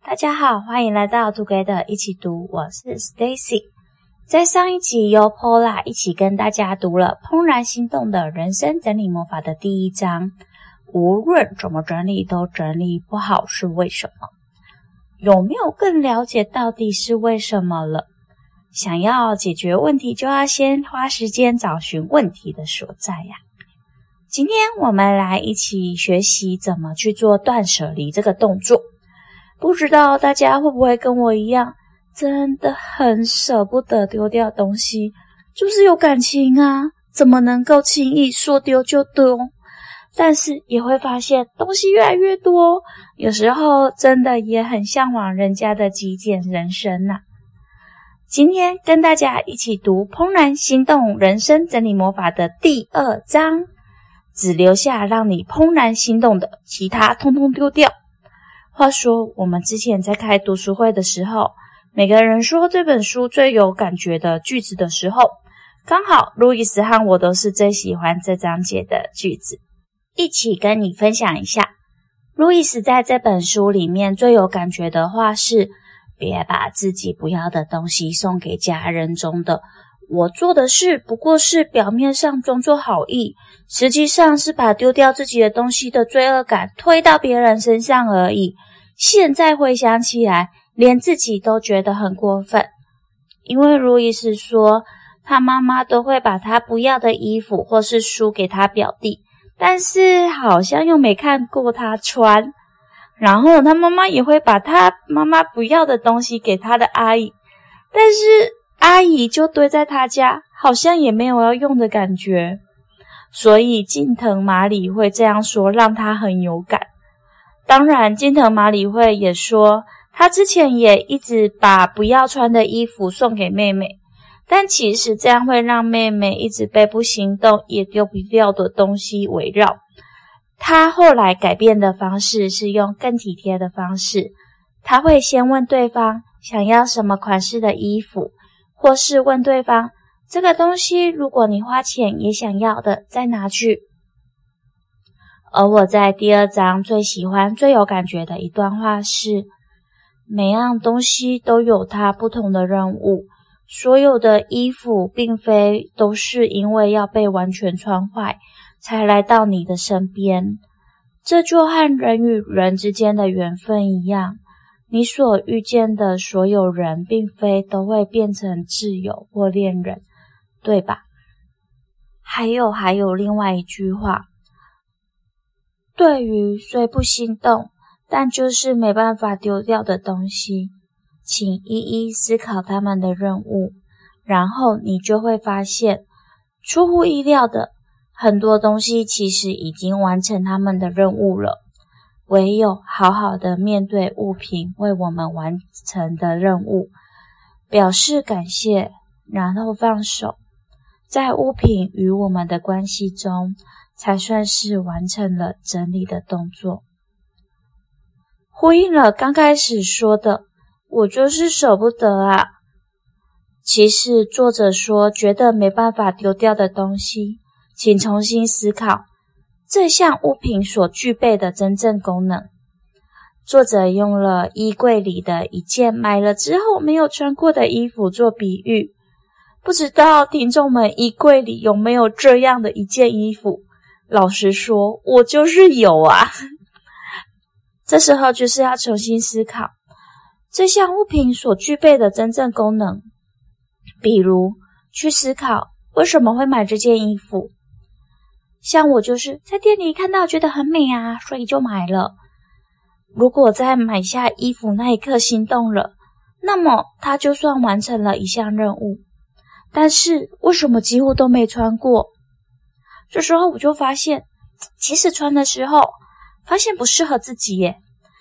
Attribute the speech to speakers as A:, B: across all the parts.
A: 大家好，欢迎来到 Together 一起读，我是 Stacy。在上一集由 Paula 一起跟大家读了怦然心动的人生整理魔法的第一章，无论怎么整理都整理不好是为什么？有没有更了解到底是为什么了？想要解决问题，就要先花时间找寻问题的所在呀。今天我们来一起学习怎么去做断舍离这个动作。不知道大家会不会跟我一样，真的很舍不得丢掉东西，就是有感情啊，怎么能够轻易说丢就丢？但是也会发现东西越来越多，有时候真的也很向往人家的极简人生啊。今天跟大家一起读《怦然心动人生整理魔法》的第2章，只留下让你怦然心动的，其他通通丢掉。话说我们之前在开读书会的时候，每个人说这本书最有感觉的句子的时候，刚好路易斯和我都是最喜欢这章节的句子，一起跟你分享一下。路易斯在这本书里面最有感觉的话是，别把自己不要的东西送给家人中的我做的事不过是表面上装作好意，实际上是把丢掉自己的东西的罪恶感推到别人身上而已。现在回想起来，连自己都觉得很过分。因为路易斯说，他妈妈都会把他不要的衣服或是书给他表弟，但是好像又没看过他穿。然后他妈妈也会把他妈妈不要的东西给他的阿姨，但是阿姨就堆在他家，好像也没有要用的感觉。所以近藤麻里会这样说，让他很有感。当然近藤麻里会也说，他之前也一直把不要穿的衣服送给妹妹，但其实这样会让妹妹一直被不行动也丢不掉的东西围绕。他后来改变的方式是用更体贴的方式，他会先问对方想要什么款式的衣服，或是问对方这个东西如果你花钱也想要的再拿去。而我在第2章最喜欢最有感觉的一段话是，每样东西都有它不同的任务，所有的衣服并非都是因为要被完全穿坏才来到你的身边。这就和人与人之间的缘分一样，你所遇见的所有人并非都会变成挚友或恋人，对吧？还有另外一句话，对于虽不心动但就是没办法丢掉的东西，请一一思考他们的任务，然后你就会发现，出乎意料的，很多东西其实已经完成他们的任务了。唯有好好的面对物品为我们完成的任务，表示感谢，然后放手，在物品与我们的关系中，才算是完成了整理的动作。呼应了刚开始说的，我就是舍不得啊。其实作者说觉得没办法丢掉的东西，请重新思考这项物品所具备的真正功能。作者用了衣柜里的一件买了之后没有穿过的衣服做比喻，不知道听众们衣柜里有没有这样的一件衣服？老实说，我就是有啊。这时候就是要重新思考这项物品所具备的真正功能，比如去思考为什么会买这件衣服。像我就是在店里看到觉得很美啊，所以就买了。如果在买下衣服那一刻心动了，那么它就算完成了一项任务。但是为什么几乎都没穿过？这时候我就发现，其实穿的时候发现不适合自己耶。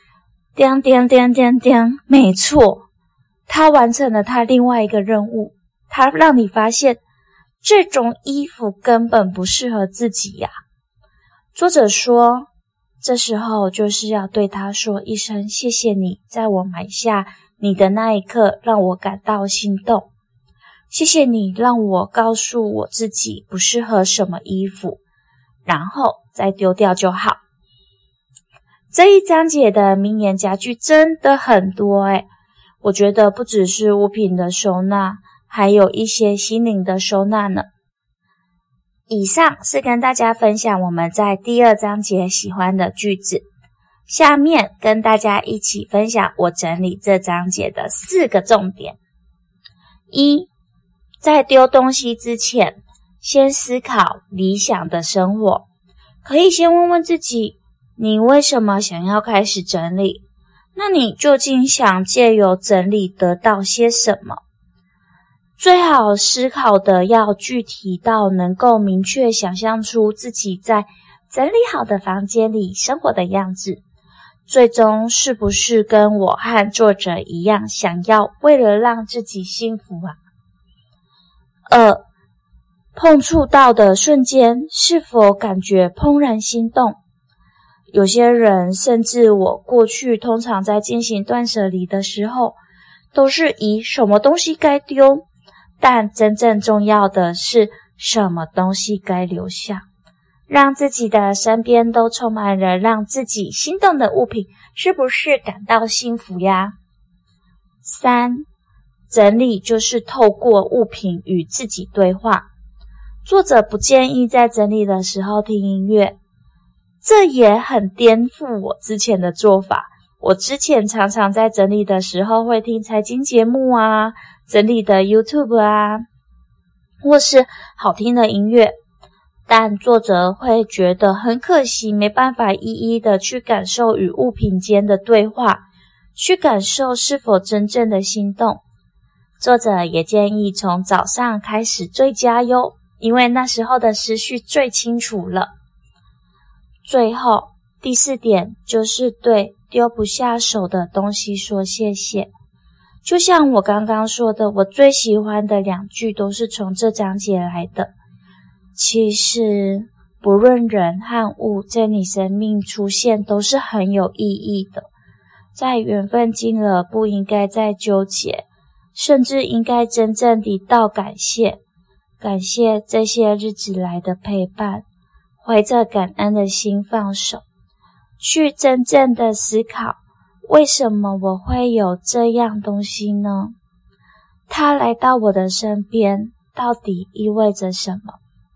A: 没错，它完成了它另外一个任务，它让你发现这种衣服根本不适合自己呀。作者说，这时候就是要对他说一声谢谢你，在我买下你的那一刻让我感到心动。谢谢你让我告诉我自己不适合什么衣服，然后再丢掉就好。 这一章节的名言佳句真的很多我觉得不只是物品的收纳，还有一些心灵的收纳呢。以上是跟大家分享我们在第2章节喜欢的句子，下面跟大家一起分享我整理这章节的4个重点。1，在丢东西之前，先思考理想的生活。可以先问问自己，你为什么想要开始整理？那你究竟想借由整理得到些什么？最好思考的要具体到能够明确想象出自己在整理好的房间里生活的样子，最终是不是跟我和作者一样，想要为了让自己幸福啊？2，碰触到的瞬间是否感觉怦然心动？有些人甚至我过去通常在进行断舍离的时候，都是以什么东西该丢，但真正重要的是什么东西该留下，让自己的身边都充满了让自己心动的物品，是不是感到幸福呀？3，整理就是透过物品与自己对话。作者不建议在整理的时候听音乐，这也很颠覆我之前的做法。我之前常常在整理的时候会听财经节目啊，整理的 YouTube 啊，或是好听的音乐，但作者会觉得很可惜，没办法一一的去感受与物品间的对话，去感受是否真正的心动。作者也建议从早上开始最佳哟，因为那时候的思绪最清楚了。最后第4点就是对丢不下手的东西说谢谢。就像我刚刚说的，我最喜欢的2句都是从这章节来的。其实不论人和物在你生命出现都是很有意义的，在缘分尽了，不应该再纠结，甚至应该真正地道感谢，感谢这些日子来的陪伴，怀着感恩的心放手，去真正的思考，为什么我会有这样东西呢？它来到我的身边，到底意味着什么？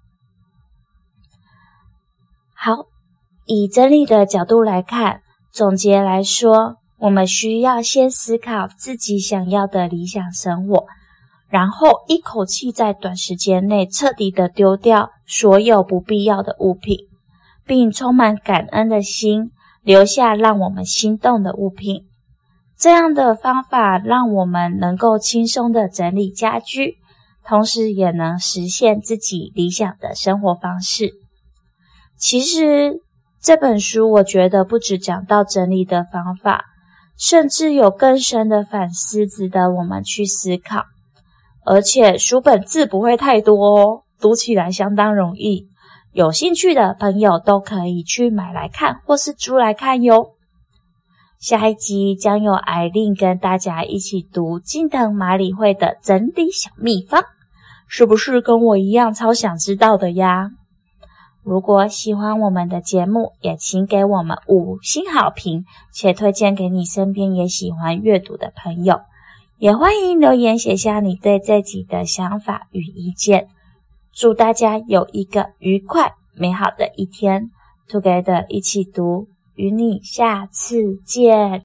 A: 好，以整理的角度来看，总结来说，我们需要先思考自己想要的理想生活，然后一口气在短时间内彻底的丢掉所有不必要的物品，并充满感恩的心，留下让我们心动的物品。这样的方法让我们能够轻松的整理家居，同时也能实现自己理想的生活方式。其实这本书我觉得不只讲到整理的方法，甚至有更深的反思值得我们去思考。而且书本字不会太多哦，读起来相当容易，有兴趣的朋友都可以去买来看或是租来看哟。下一集将由艾琳跟大家一起读近藤麻里惠的整理小秘方，是不是跟我一样超想知道的呀？如果喜欢我们的节目，也请给我们5星好评，且推荐给你身边也喜欢阅读的朋友。也欢迎留言写下你对这集的想法与意见。祝大家有一个愉快美好的一天， Together 一起读，与你下次见。